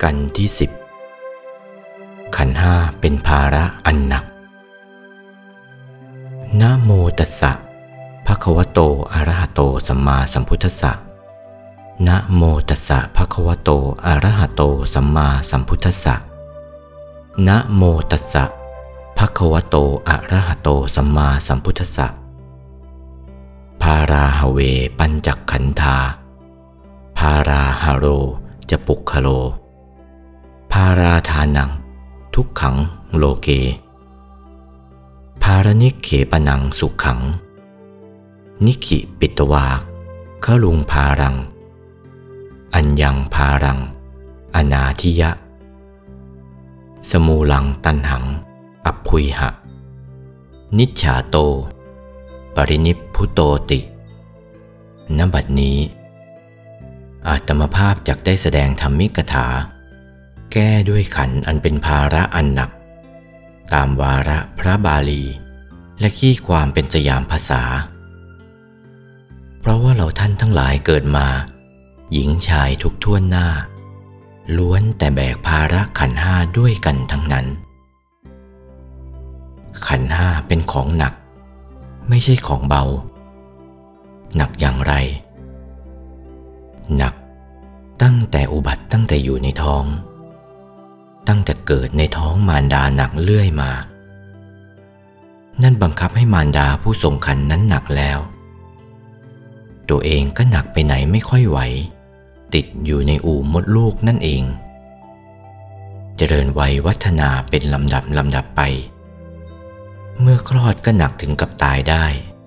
กันที่ขันธ์ห้าเป็นภาระอันหนักนะโมตัสสะภะคะวะโตอะระหะโตสัมมาสัมพุทธัสสะนะโมตัสสะภะคะวะโตอะระหะโตสัมมาสัมพุทธัสสะนะโมตัสสะภะคะวะโตอะระหะโตสัมมาสัมพุทธัสสะภาราหะเวปัญจขันธาภาราหะโรจะปุคคะโลภาราทานังทุกขังโลเกภารนิเขปนังสุขขังนิขิปิตวาคลุงภารังอัญญังภารังอนาทิยะสมูลังตันหังอัพพุยหะนิจฉาโตปรินิพพุโตติณบัดนี้อาตมภาพจักได้แสดงธรรมิกถาแก้ด้วยขันธ์อันเป็นภาระอันหนักตามวาระพระบาลีและขี้ความเป็นสยามภาษาเพราะว่าเราท่านทั้งหลายเกิดมาหญิงชายทุกท่วนหน้าล้วนแต่แบกภาระขันธ์ห้าด้วยกันทั้งนั้นขันธ์ห้าเป็นของหนักไม่ใช่ของเบาหนักอย่างไรหนักตั้งแต่อุบัติตั้งแต่อยู่ในท้องตั้งแต่เกิดในท้องมารดาหนักเรื่อยมานั่นบังคับให้มารดาผู้ทรงครรภ์นั้นหนักแล้วตัวเองก็หนักไปไหนไม่ค่อยไหวติดอยู่ในอู่มดลูกนั่นเองเจริญวัยวัฒนาเป็นลำดับไปเมื่อคลอดก็หนักถึงกับตายได้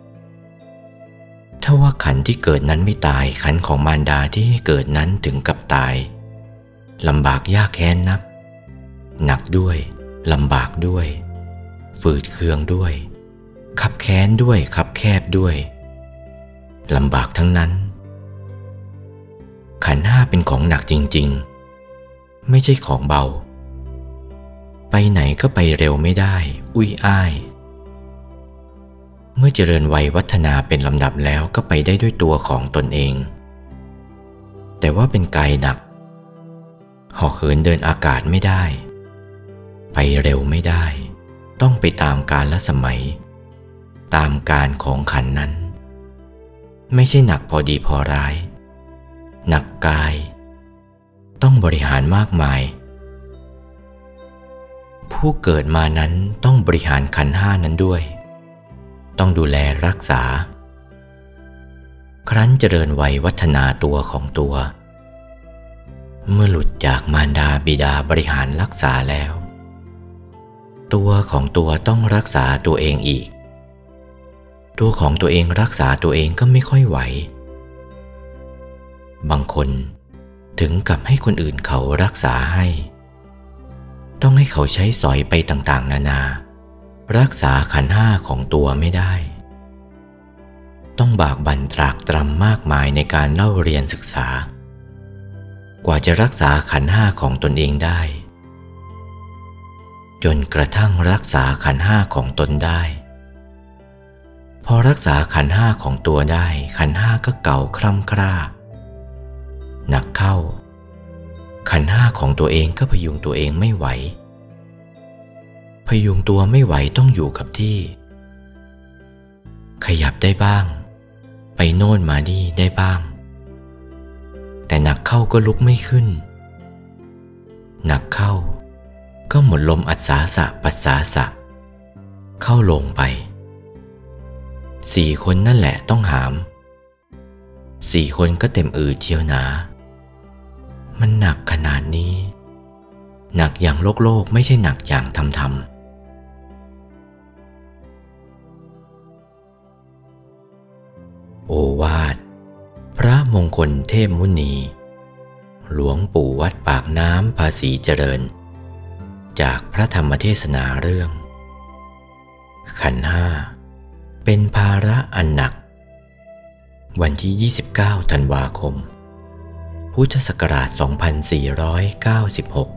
ถ้าว่าขันธ์ที่เกิดนั้นไม่ตายขันธ์ของมารดาที่ให้เกิดนั้นถึงกับตายลำบากยากแค้นนักหนักด้วยลำบากด้วยฝืดเคืองด้วยคับแค้นด้วยคับแคบด้วยลำบากทั้งนั้นขันธ์ห้าเป็นของหนักจริงๆไม่ใช่ของเบาไปไหนก็ไปเร็วไม่ได้อุ้ยอ้ายเมื่อเจริญวัยวัฒนาเป็นลำดับแล้วก็ไปได้ด้วยตัวของตนเองแต่ว่าเป็นกายหนักห่อเหินเดินอากาศไม่ได้ไปเร็วไม่ได้ต้องไปตามกาลสมัยตามการของขันธ์นั้นไม่ใช่หนักพอดีพอร้ายหนักกายต้องบริหารมากมายผู้เกิดมานั้นต้องบริหารขันธ์ห้านั้นด้วยต้องดูแลรักษาครั้นเจริญวัยวัฒนาตัวของตัวเมื่อหลุดจากมารดาบิดาบริหารรักษาแล้วตัวของตัวต้องรักษาตัวเองอีกตัวของตัวเองรักษาตัวเองก็ไม่ค่อยไหวบางคนถึงกับให้คนอื่นเขารักษาให้ต้องให้เขาใช้สอยไปต่างๆนานารักษาขันธ์ห้าของตัวไม่ได้ต้องบากบั่นตรากตรำมากมายในการเล่าเรียนศึกษากว่าจะรักษาขันธ์ห้าของตนเองได้จนกระทั่งรักษาขันธ์ห้าของตนได้พอรักษาขันธ์ห้าของตัวได้ขันธ์ห้าก็เก่าคร่ำคร่าหนักเข้าขันธ์ห้าของตัวเองก็พยุงตัวเองไม่ไหวพยุงตัวไม่ไหวต้องอยู่กับที่ขยับได้บ้างไปโน่นมานี่ได้บ้างแต่หนักเข้าก็ลุกไม่ขึ้นหนักเข้าก็หมดลมอัศสาสะปัสสาสะเข้าลงไป4 คนนั่นแหละต้องหาม4 คนก็เต็มเจียวหนามันหนักขนาดนี้หนักอย่างโลกไม่ใช่หนักอย่างธรรมโอวาทพระมงคลเทพมุนีหลวงปู่วัดปากน้ำภาษีเจริญจากพระธรรมเทศนาเรื่องขันธ์ห้าเป็นภาระอันหนักวันที่29 ธันวาคมพุทธศักราช 2496